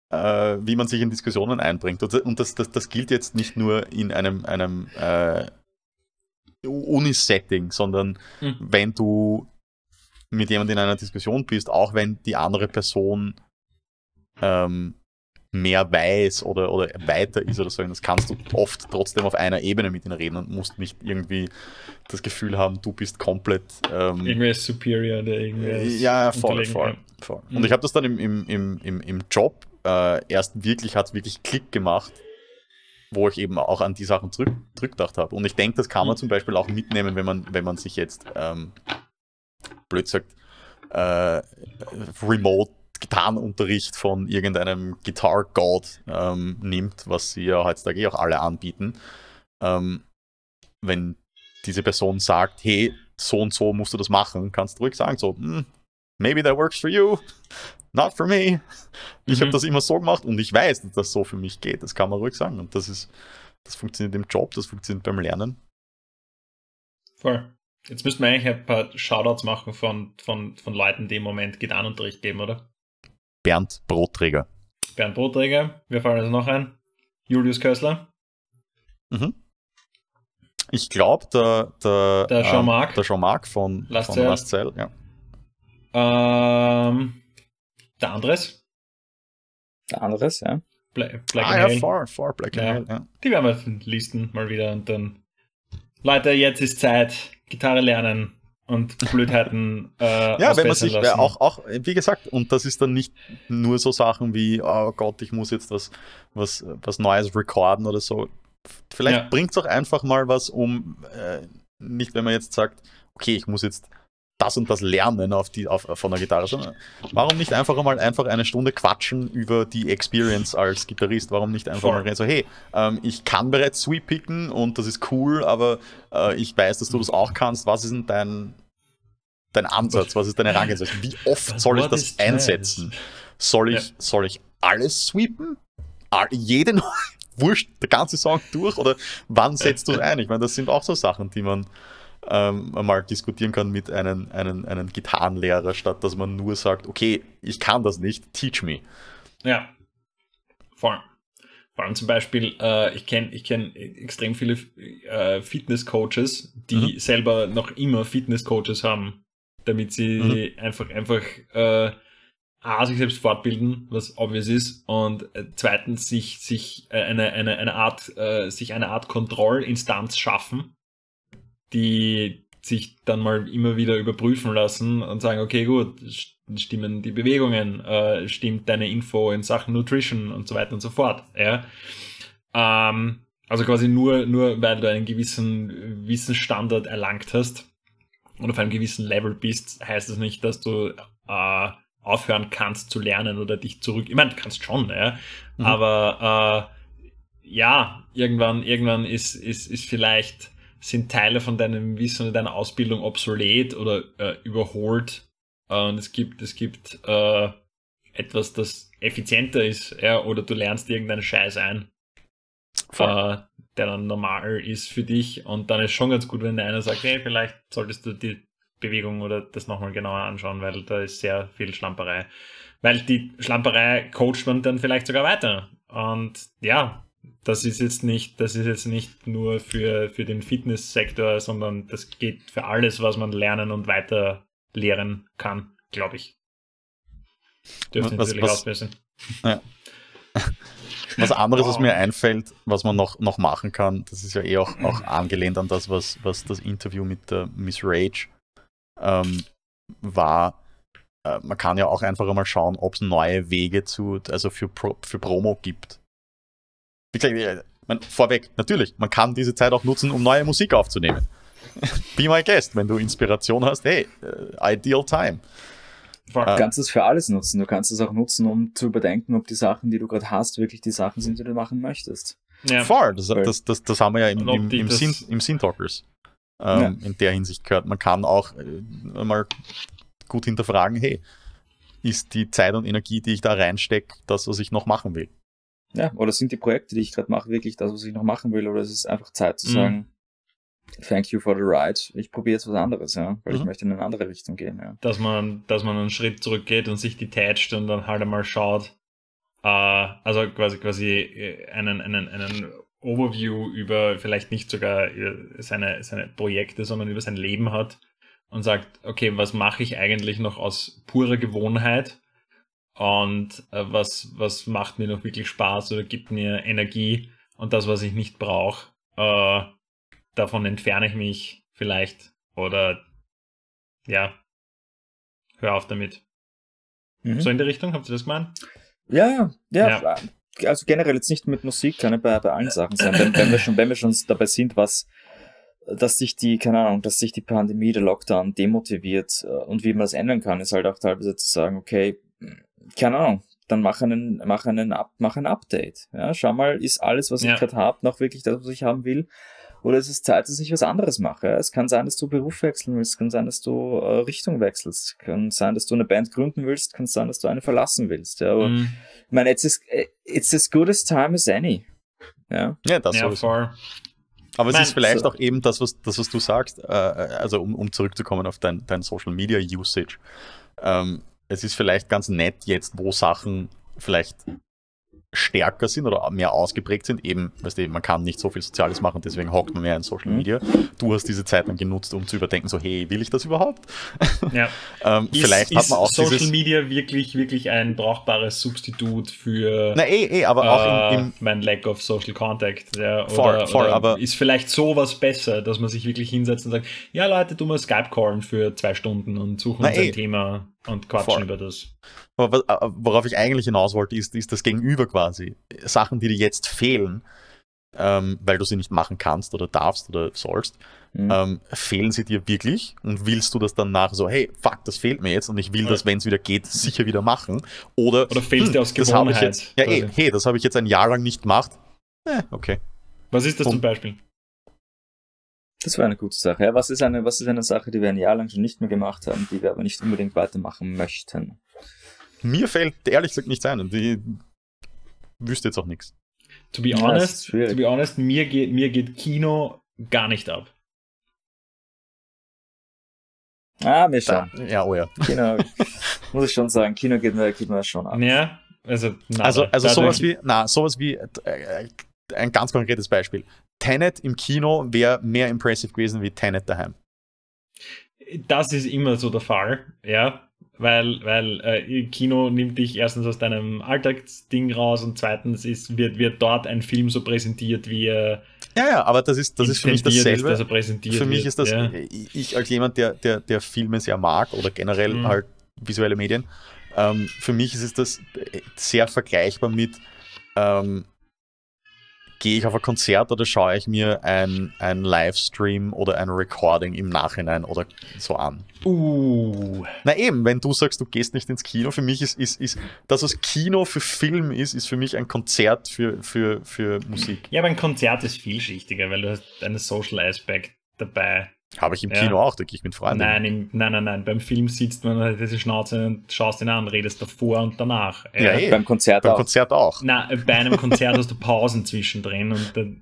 äh, wie man sich in Diskussionen einbringt. Und das, das, das gilt jetzt nicht nur in einem, einem äh, Uni-Setting, sondern mhm. wenn du mit jemandem in einer Diskussion bist, auch wenn die andere Person ähm, mehr weiß oder, oder weiter ist oder so, das kannst du oft trotzdem auf einer Ebene mit ihnen reden und musst nicht irgendwie das Gefühl haben, du bist komplett ähm, irgendwie superior oder irgendwie ja, voll, voll, voll. Und mhm. ich habe das dann im, im, im, im, im Job äh, erst wirklich, hat wirklich Klick gemacht, wo ich eben auch an die Sachen zurück, zurückgedacht habe. Und ich denke, das kann man mhm. zum Beispiel auch mitnehmen, wenn man, wenn man sich jetzt ähm, blöd sagt, äh, remote Gitarrenunterricht von irgendeinem Guitar God ähm, nimmt, was sie ja heutzutage eh auch alle anbieten. Ähm, wenn diese Person sagt, hey, so und so musst du das machen, kannst du ruhig sagen, so, hm, maybe that works for you, not for me. Ich mhm. habe das immer so gemacht und ich weiß, dass das so für mich geht. Das kann man ruhig sagen. Und das ist, das funktioniert im Job, das funktioniert beim Lernen. Voll. Jetzt müssten wir eigentlich ein paar Shoutouts machen von, von, von Leuten, die im Moment Gitarrenunterricht geben, oder? Bernd Brotträger. Bernd Brotträger, wir fallen also noch ein. Julius Kössler. Mhm. Ich glaube, der, der, der Jean-Marc. Ähm, der Jean-Marc von Lascelles, ja. Ähm, der Andres. Der Andres, ja. Bla Black ah, ja, vor, vor Black ja. and Hale, ja. Die werden wir listen mal wieder und dann. Leute, jetzt ist Zeit. Gitarre lernen. Und Blödheiten äh, ja, wenn man sich lassen. auch, auch, wie gesagt, und das ist dann nicht nur so Sachen wie, oh Gott, ich muss jetzt was, was, was Neues recorden oder so. Vielleicht ja. bringt es auch einfach mal was, um äh, nicht, wenn man jetzt sagt, okay, ich muss jetzt das und das lernen auf die, auf, von der Gitarre, sondern warum nicht einfach mal einfach eine Stunde quatschen über die Experience als Gitarrist? Warum nicht einfach Voll. mal reden, so, hey, ähm, ich kann bereits Sweep picken und das ist cool, aber äh, ich weiß, dass du das auch kannst. Was ist denn dein, dein Ansatz? Was ist deine Herangehensweise? Wie oft soll ich das einsetzen? Soll ich, ja. soll ich alles sweepen? All, jeden, wurscht, der ganze Song durch? Oder wann setzt du es ein? Ich meine, das sind auch so Sachen, die man Ähm, mal diskutieren kann mit einem, einem, einem Gitarrenlehrer, statt dass man nur sagt, okay, ich kann das nicht, teach me. Ja, vor allem, vor allem zum Beispiel, äh, ich kenne ich kenn extrem viele äh, Fitness-Coaches, die mhm. selber noch immer Fitness-Coaches haben, damit sie mhm. einfach, einfach äh, A, sich selbst fortbilden, was obvious ist, und äh, zweitens sich, sich äh, eine, eine, eine Art, äh, sich eine Art Kontrollinstanz schaffen, die sich dann mal immer wieder überprüfen lassen und sagen, okay, gut, stimmen die Bewegungen, äh, stimmt deine Info in Sachen Nutrition und so weiter und so fort. Ja? Ähm, also quasi nur, nur weil du einen gewissen Wissensstandard erlangt hast und auf einem gewissen Level bist, heißt das nicht, dass du äh, aufhören kannst zu lernen oder dich zurück... Ich meine, du kannst schon, ja? Mhm. aber äh, ja, irgendwann, irgendwann ist, ist, ist vielleicht... sind Teile von deinem Wissen oder deiner Ausbildung obsolet oder äh, überholt. Äh, und es gibt, es gibt äh, etwas, das effizienter ist, ja, oder du lernst irgendeinen Scheiß ein, äh, der dann normal ist für dich. Und dann ist schon ganz gut, wenn der einer sagt, hey, vielleicht solltest du die Bewegung oder das nochmal genauer anschauen, weil da ist sehr viel Schlamperei. Weil die Schlamperei coacht man dann vielleicht sogar weiter. Und ja, Das ist jetzt nicht, das ist jetzt nicht nur für, für den Fitnesssektor, sondern das geht für alles, was man lernen und weiter lehren kann, glaube ich. Dürfte was, natürlich was, ausbessern. Ja. Was anderes, wow. was mir einfällt, was man noch, noch machen kann, das ist ja eh auch, auch angelehnt an das, was, was das Interview mit der Miss Rage ähm, war. Äh, man kann ja auch einfach einmal schauen, ob es neue Wege zu, also für, Pro, für Promo gibt. Wie gesagt, man, vorweg, natürlich, man kann diese Zeit auch nutzen, um neue Musik aufzunehmen. Be my guest, wenn du Inspiration hast, hey, uh, ideal time. Du kannst es für alles nutzen. Du kannst es auch nutzen, um zu überdenken, ob die Sachen, die du gerade hast, wirklich die Sachen sind, die du machen möchtest. Ja. Voll, das, das, das, das haben wir ja im, im, im, Sin, im Sin-Talkers ähm, ja. in der Hinsicht gehört. Man kann auch äh, mal gut hinterfragen, hey, ist die Zeit und Energie, die ich da reinstecke, das, was ich noch machen will? Ja, oder sind die Projekte, die ich gerade mache, wirklich das, was ich noch machen will? Oder ist es einfach Zeit zu sagen, mm. thank you for the ride, ich probiere jetzt was anderes, ja, weil mhm. ich möchte in eine andere Richtung gehen. Ja. Dass man, dass man einen Schritt zurückgeht und sich detacht und dann halt einmal schaut, äh, also quasi quasi einen, einen, einen Overview über vielleicht nicht sogar seine, seine Projekte, sondern über sein Leben hat und sagt, okay, was mache ich eigentlich noch aus purer Gewohnheit und äh, was, was macht mir noch wirklich Spaß oder gibt mir Energie und das, was ich nicht brauche, äh, davon entferne ich mich vielleicht oder ja, hör auf damit. Mhm. So in die Richtung, habt ihr das gemeint? Ja, ja, ja. Also generell jetzt nicht mit Musik, kann ja bei, bei allen Sachen sein. Wenn, wenn wir schon, wenn wir schon dabei sind, was, dass sich die, keine Ahnung, dass sich die Pandemie, der Lockdown demotiviert und wie man das ändern kann, ist halt auch teilweise zu sagen, okay, keine Ahnung, dann mach einen, mach einen, mach ein Update. Ja, schau mal, ist alles, was ja. ich gerade habe, noch wirklich das, was ich haben will? Oder ist es Zeit, dass ich was anderes mache? Ja? Es kann sein, dass du Beruf wechseln willst, es kann sein, dass du äh, Richtung wechselst, es kann sein, dass du eine Band gründen willst, kann sein, dass du eine verlassen willst. Ja? Aber mm. ich meine, it's as, it's as good as time as any. Ja, ja das ja, voll. Aber es Nein, ist vielleicht so. auch eben das, was, das, was du sagst, äh, also um, um zurückzukommen auf dein, dein Social Media Usage. Ähm, es ist vielleicht ganz nett jetzt, wo Sachen vielleicht stärker sind oder mehr ausgeprägt sind, eben, weißt du, man kann nicht so viel Soziales machen, deswegen hockt man mehr in Social Media. Mhm. Du hast diese Zeit dann genutzt, um zu überdenken, so, hey, will ich das überhaupt? Ja. ähm, ist, vielleicht ist hat man auch Social dieses, Media wirklich, wirklich ein brauchbares Substitut für na, eh, eh, aber auch äh, im, im mein Lack of Social Contact. Ja, oder, voll, voll, oder aber ist vielleicht sowas besser, dass man sich wirklich hinsetzt und sagt, ja Leute, tu mal Skype-Callen für zwei Stunden und suchen na, uns eh. ein Thema und quatschen voll. über das. Aber worauf ich eigentlich hinaus wollte, ist, ist das Gegenüber quasi. Sachen, die dir jetzt fehlen, ähm, weil du sie nicht machen kannst oder darfst oder sollst, mhm. ähm, fehlen sie dir wirklich und willst du das dann nach so, hey, fuck, das fehlt mir jetzt und ich will ja. das, wenn es wieder geht, sicher wieder machen. Oder, oder fehlt hm, dir aus das Gewohnheit. Ich jetzt, ja, eh, hey, das habe ich jetzt ein Jahr lang nicht gemacht. Eh, okay. Was ist das und, zum Beispiel? Das war eine gute Sache. Ja, was ist eine, was ist eine Sache, die wir ein Jahr lang schon nicht mehr gemacht haben, die wir aber nicht unbedingt weitermachen möchten? Mir fällt ehrlich gesagt nichts ein und ich wüsste jetzt auch nichts. To be honest, to be honest mir, geht, mir geht Kino gar nicht ab. Ah, mir schon. Da, ja, oh ja. Kino, muss ich schon sagen, Kino geht mir, geht mir schon ab. Ja, also nada. Also, also sowas wie, na, sowas wie, äh, ein ganz konkretes Beispiel. Tenet im Kino wäre mehr impressive gewesen wie Tenet daheim. Das ist immer so der Fall, ja. Weil, weil äh, Kino nimmt dich erstens aus deinem Alltagsding raus und zweitens ist, wird, wird dort ein Film so präsentiert, wie er Ja, ja, aber das ist, das ist für mich dasselbe. Ist, dass er präsentiert für mich wird. ist das, ja. ich als jemand, der, der, der Filme sehr mag oder generell mhm. halt visuelle Medien, ähm, für mich ist es das sehr vergleichbar mit ähm, gehe ich auf ein Konzert oder schaue ich mir ein, ein Livestream oder ein Recording im Nachhinein oder so an? Uh. Na eben, wenn du sagst, du gehst nicht ins Kino, für mich ist, ist, ist das, was Kino für Film ist, ist für mich ein Konzert für, für, für Musik. Ja, aber ein Konzert ist vielschichtiger, weil du hast einen Social Aspect dabei. Habe ich im ja. Kino auch, da gehe ich mit Freunden. Nein, im, nein, nein, nein. Beim Film sitzt man halt diese Schnauze und schaust ihn an, redest davor und danach. Ja, ja. Beim Konzert beim auch. Konzert auch. Nein, bei einem Konzert hast du Pausen zwischendrin und dann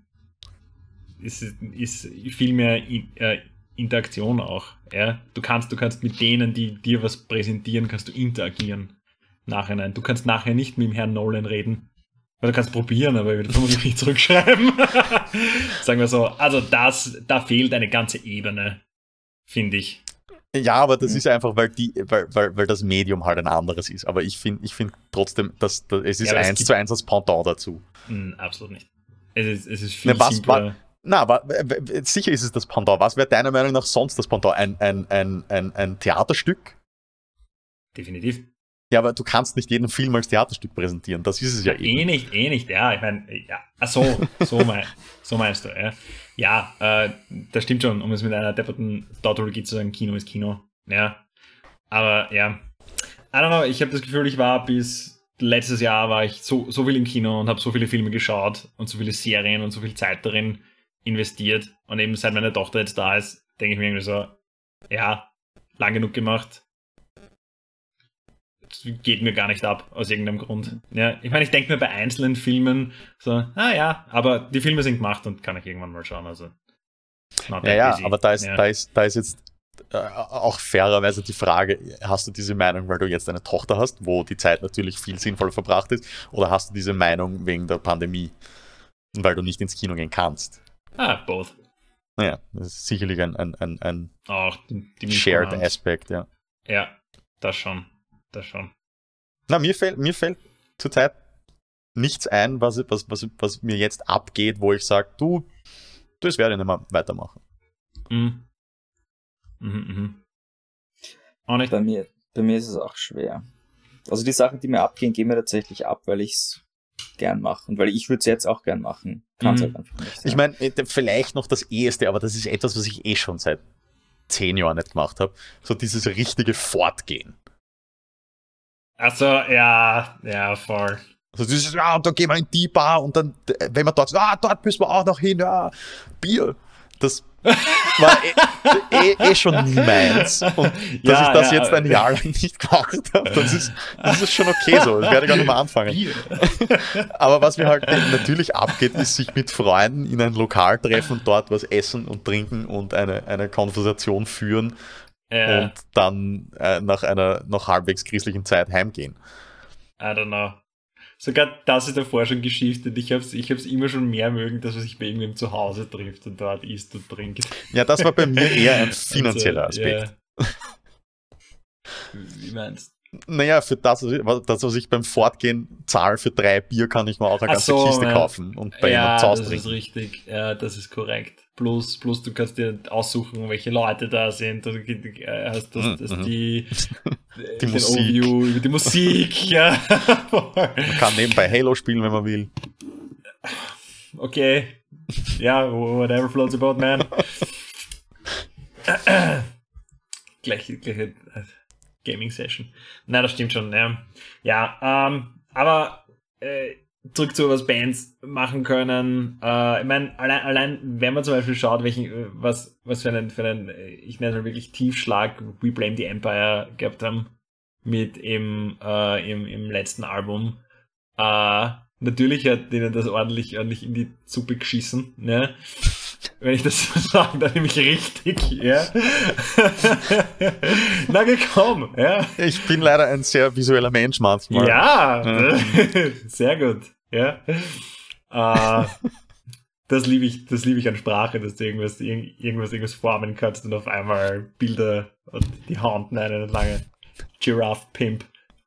ist, ist viel mehr äh, Interaktion auch. Ja? Du kannst, du kannst mit denen, die dir was präsentieren, kannst du interagieren. Nachhinein. Du kannst nachher nicht mit dem Herrn Nolan reden. Weil du kannst probieren, aber ich würde vermutlich nicht zurückschreiben. Sagen wir so. Also das, da fehlt eine ganze Ebene, finde ich. Ja, aber das mhm. ist einfach, weil, die, weil, weil, weil das Medium halt ein anderes ist. Aber ich finde ich find trotzdem, dass, dass es ist ja, eins zu eins das Pendant dazu. Mh, absolut nicht. Es ist, es ist viel ne, was, simpler. War, na, aber sicher ist es das Pendant. Was wäre deiner Meinung nach sonst das Pendant? Ein, ein, ein, ein, ein Theaterstück? Definitiv. Ja, aber du kannst nicht jeden Film als Theaterstück präsentieren. Das ist es ja, ja eh. Eh nicht, eh nicht, ja. Ich meine, ja. Ach so, so, mein, so meinst du, ja. Ja, äh, das stimmt schon, um es mit einer depperten Tautologie zu sagen, Kino ist Kino. Ja. Aber ja. I don't know, ich habe das Gefühl, ich war bis letztes Jahr war ich so, so viel im Kino und habe so viele Filme geschaut und so viele Serien und so viel Zeit darin investiert. Und eben seit meine Tochter jetzt da ist, denke ich mir irgendwie so, ja, lang genug gemacht. Geht mir gar nicht ab, aus irgendeinem Grund. Ja, ich meine, ich denke mir bei einzelnen Filmen so, ah ja, aber die Filme sind gemacht und kann ich irgendwann mal schauen. Also, ja, ja, aber da ist, ja. da, ist, da ist jetzt äh, auch fairerweise die Frage, hast du diese Meinung, weil du jetzt eine Tochter hast, wo die Zeit natürlich viel sinnvoller verbracht ist, oder hast du diese Meinung wegen der Pandemie, weil du nicht ins Kino gehen kannst? Ah, both. Naja, das ist sicherlich ein, ein, ein, ein Auch die, die shared Aspect, ja. Ja, das schon. Das schon. Na, mir fällt, mir fällt zurzeit nichts ein, was, was, was, was mir jetzt abgeht, wo ich sage, du, das werde ich nicht mehr weitermachen. Mhm. Mhm, mhm. Auch nicht. Bei mir, bei mir ist es auch schwer. Also die Sachen, die mir abgehen, gehen mir tatsächlich ab, weil ich es gern mache. Und weil ich würde es jetzt auch gern machen. Kann es Mhm. halt einfach nicht. Ich meine, vielleicht noch das Eheste, aber das ist etwas, was ich eh schon seit zehn Jahren nicht gemacht habe. So dieses richtige Fortgehen. Achso, ja, ja, voll. Also dieses, ja, da gehen wir in die Bar und dann, wenn wir dort sind, ah, dort müssen wir auch noch hin, ja, Bier. Das war eh, eh, eh schon nie meins. Und dass Ja, ich das ja, jetzt ein Jahr lang nicht gemacht habe, das ist, das ist schon okay so. Das werde ich gar nicht mehr anfangen. Bier. Aber was mir halt natürlich abgeht, ist sich mit Freunden in ein Lokal treffen, dort was essen und trinken und eine, eine Konversation führen Ja, und dann äh, nach einer noch halbwegs christlichen Zeit heimgehen. I don't know. Sogar das ist davor schon geschiftet. Ich hab's, ich hab's immer schon mehr mögen, dass man sich bei irgendwem zu Hause trifft und dort isst und trinkt. Ja, das war bei mir eher ein finanzieller Also, Aspekt. ja. Wie meinst Naja, für das, das, was ich beim Fortgehen zahle für drei Bier, kann ich mir auch eine Ach ganze so, Kiste ja. kaufen und bei ja, jemandem zu Hause das ist trinken. richtig. Ja, das ist korrekt. Plus, plus du kannst dir aussuchen, welche Leute da sind. Du äh, hast das, das Mhm. die, Die den Musik. Overview über die Musik. Ja. Man kann nebenbei Halo spielen, wenn man will. Okay. Ja, whatever floats your boat, man. Gleiche, gleiche Gaming-Session. Nein, das stimmt schon, ja. Ja, ähm, aber äh, zurück zu was Bands machen können. Äh, ich meine, allein, allein, wenn man zum Beispiel schaut, welchen, äh, was, was für einen, für einen, äh, ich nenne es mal wirklich Tiefschlag We Blame the Empire gehabt haben mit im, äh, im, im letzten Album. Äh, natürlich hat denen das ordentlich, ordentlich in die Suppe geschissen, ne? Wenn ich das so sage, dann nämlich richtig, ja. Na gekommen, ja. Ich bin leider ein sehr visueller Mensch manchmal. Ja, Ja. sehr gut, ja. Äh, das liebe ich, das liebe ich an Sprache, dass du irgendwas, irg- irgendwas, irgendwas formen kannst und auf einmal Bilder und die Hand in eine lange Giraffe-Pimp.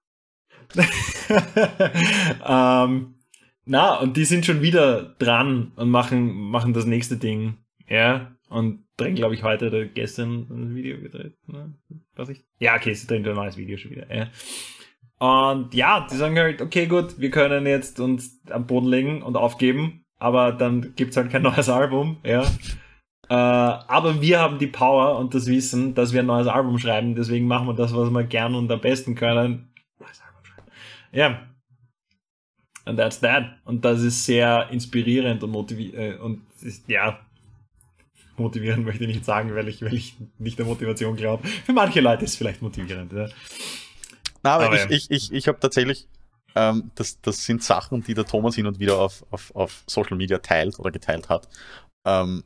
ähm, na, und die sind schon wieder dran und machen, machen das nächste Ding, ja, und drehen, glaube ich, heute oder gestern ein Video gedreht, ne? Weiß ich. Ja, okay, sie drehen ein neues Video schon wieder, ja. Und ja, die sagen halt, okay, gut, wir können jetzt uns am Boden legen und aufgeben, aber dann gibt's halt kein neues Album, ja. Äh, aber wir haben die Power und das Wissen, dass wir ein neues Album schreiben, deswegen machen wir das, was wir gern und am besten können. Neues Album schreiben. Ja. And that's that. Und das ist sehr inspirierend und motivierend. Und ist, ja, motivierend möchte ich nicht sagen, weil ich, weil ich nicht der Motivation glaube. Für manche Leute ist es vielleicht motivierend. Ja. Na, aber, Aber ich, ja. ich, ich, ich habe tatsächlich, ähm, das, das sind Sachen, die der Thomas hin und wieder auf, auf, auf Social Media teilt oder geteilt hat. Ähm,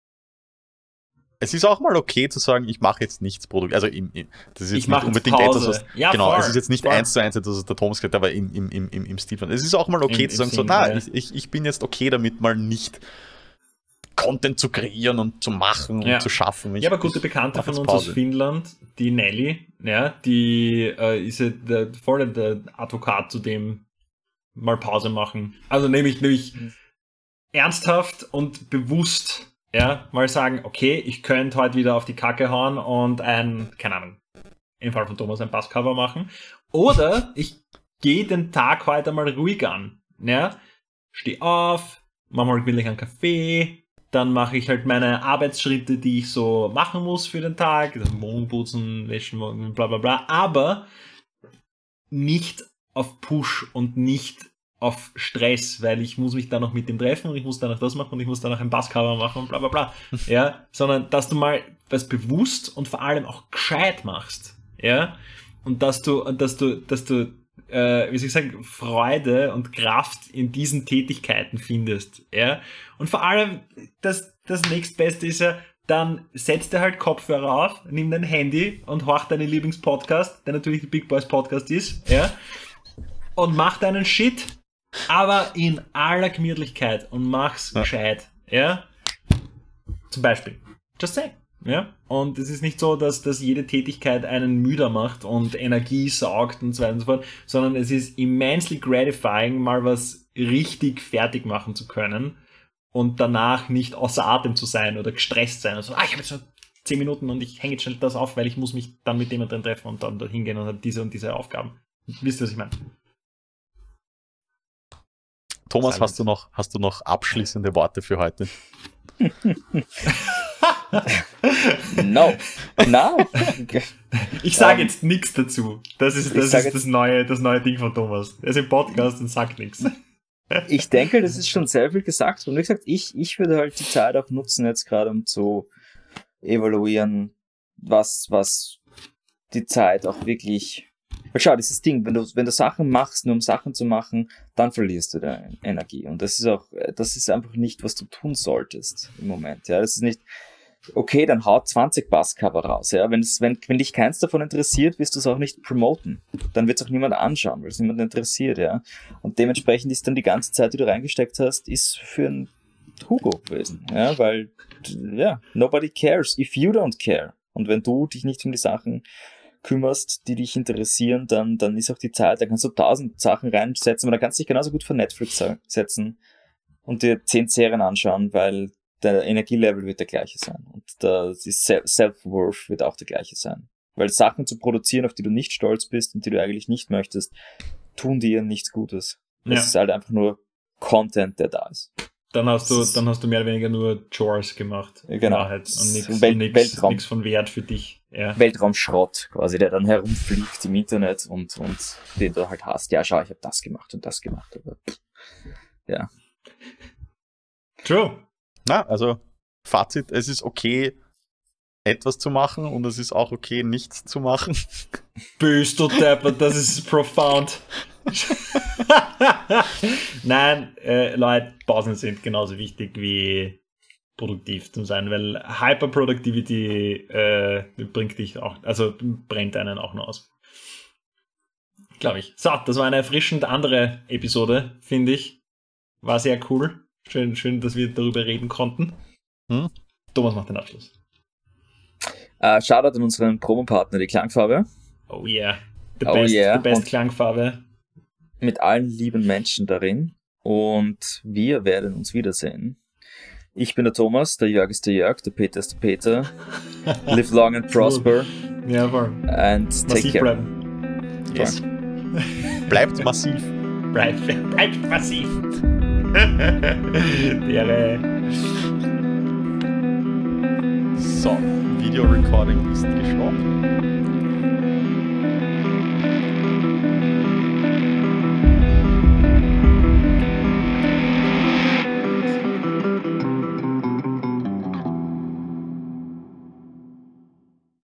es ist auch mal okay zu sagen, ich mache jetzt nichts Produkt. Also im, im, das ist jetzt Ich mach nicht jetzt unbedingt Pause. etwas, was, Ja, genau, voll, es ist jetzt nicht voll. eins zu eins etwas, was der Thomas gesagt hat, aber im, im, im, im im Stil von. Es ist auch mal okay Im- zu im sagen, so, Sinn, na, ja. ich, ich, ich bin jetzt okay damit, mal nicht Content zu kreieren und zu machen Ja. und zu schaffen. Ich, Ja, aber gute ich Bekannte mach von jetzt uns aus Pause. Finnland, die Nelly, ja, die äh, ist ja der, voll der Advokat zu dem mal Pause machen. Also nämlich, nämlich ernsthaft und bewusst, ja, mal sagen, okay, ich könnte heute wieder auf die Kacke hauen und ein, keine Ahnung, im Fall von Thomas ein Basscover machen. Oder ich gehe den Tag heute mal ruhig an, ja, steh auf, mach mal gemütlich einen Kaffee, dann mache ich halt meine Arbeitsschritte, die ich so machen muss für den Tag, also Wohnung putzen, wäschen, bla bla bla, aber nicht auf Push und nicht auf Stress, weil ich muss mich dann noch mit dem treffen und ich muss dann noch das machen und ich muss dann noch ein Basscover machen und bla bla bla, ja, sondern dass du mal was bewusst und vor allem auch gescheit machst, ja, und dass du, und dass du, dass du, äh, wie soll ich sagen, Freude und Kraft in diesen Tätigkeiten findest, ja, und vor allem, das, das nächstbeste ist ja, dann setz dir halt Kopfhörer auf, nimm dein Handy und horch deinen Lieblingspodcast, der natürlich der Big Boys Podcast ist, ja, und mach deinen Shit, aber in aller Gemütlichkeit und mach's ja. gescheit, ja. Zum Beispiel. Just say. Ja. Und es ist nicht so, dass, dass jede Tätigkeit einen müder macht und Energie saugt und so weiter und so fort, sondern es ist immensely gratifying, mal was richtig fertig machen zu können und danach nicht außer Atem zu sein oder gestresst sein. Also, ah, ich habe jetzt schon zehn Minuten und ich hänge jetzt schnell das auf, weil ich muss mich dann mit jemandem treffen und dann dorthin gehen und habe diese und diese Aufgaben. Wisst ihr, was ich meine? Thomas, hast du noch, hast du noch abschließende Worte für heute? No. No. Ich sage um, jetzt nichts dazu. Das ist, das, ist das, neue, das neue Ding von Thomas. Er ist im Podcast und sagt nichts. Ich denke, das ist schon sehr viel gesagt. Und wie gesagt, ich, ich würde halt die Zeit auch nutzen, jetzt gerade um zu evaluieren, was, was die Zeit auch wirklich. Weil schau, dieses Ding, wenn du, wenn du Sachen machst, nur um Sachen zu machen, dann verlierst du deine Energie. Und das ist auch, das ist einfach nicht, was du tun solltest im Moment. Ja, das ist nicht, okay, dann haut zwanzig Basscover raus. Ja, wenn, es, wenn, wenn dich keins davon interessiert, wirst du es auch nicht promoten. Dann wird es auch niemand anschauen, weil es niemand interessiert. Ja, und dementsprechend ist dann die ganze Zeit, die du reingesteckt hast, ist für ein Hugo gewesen. Ja, weil, ja, nobody cares if you don't care. Und wenn du dich nicht um die Sachen kümmerst, die dich interessieren, dann, dann ist auch die Zeit, da kannst du tausend Sachen reinsetzen, aber dann kannst du dich genauso gut vor Netflix setzen und dir zehn Serien anschauen, weil der Energielevel wird der gleiche sein und das Self-Worth wird auch der gleiche sein. Weil Sachen zu produzieren, auf die du nicht stolz bist und die du eigentlich nicht möchtest, tun dir nichts Gutes. Es ja. ist halt einfach nur Content, der da ist. Dann hast du, dann hast du mehr oder weniger nur Chores gemacht. Genau. Wahrheit. Und nichts Welt, Weltraum. Nichts von Wert für dich. Ja. Weltraumschrott quasi, der dann herumfliegt im Internet und, und den du halt hast. Ja, schau, ich habe das gemacht und das gemacht. Aber, ja. True. Na, also Fazit, es ist okay, etwas zu machen und es ist auch okay, nichts zu machen. Böst du Deppert, das ist profound. Nein, äh, Leute, Pausen sind genauso wichtig wie produktiv zu sein, weil Hyperproductivity äh, bringt dich auch, also brennt einen auch nur aus. Glaube ich. So, das war eine erfrischend andere Episode, finde ich. War sehr cool. Schön, schön, dass wir darüber reden konnten. Hm? Thomas macht den Abschluss. Uh, Shoutout an unseren Promopartner, die Klangfarbe. Oh yeah. The oh best, yeah. the best Klangfarbe. Mit allen lieben Menschen darin. Und wir werden uns wiedersehen. Ich bin der Thomas, der Jörg ist der Jörg, der Peter ist der Peter. Live long and prosper. Ja, voll. And take massiv care. Bleiben. Yes. Bleibt massiv. Bleibt, bleibt massiv. Dere. So, Video Recording ist gestoppt.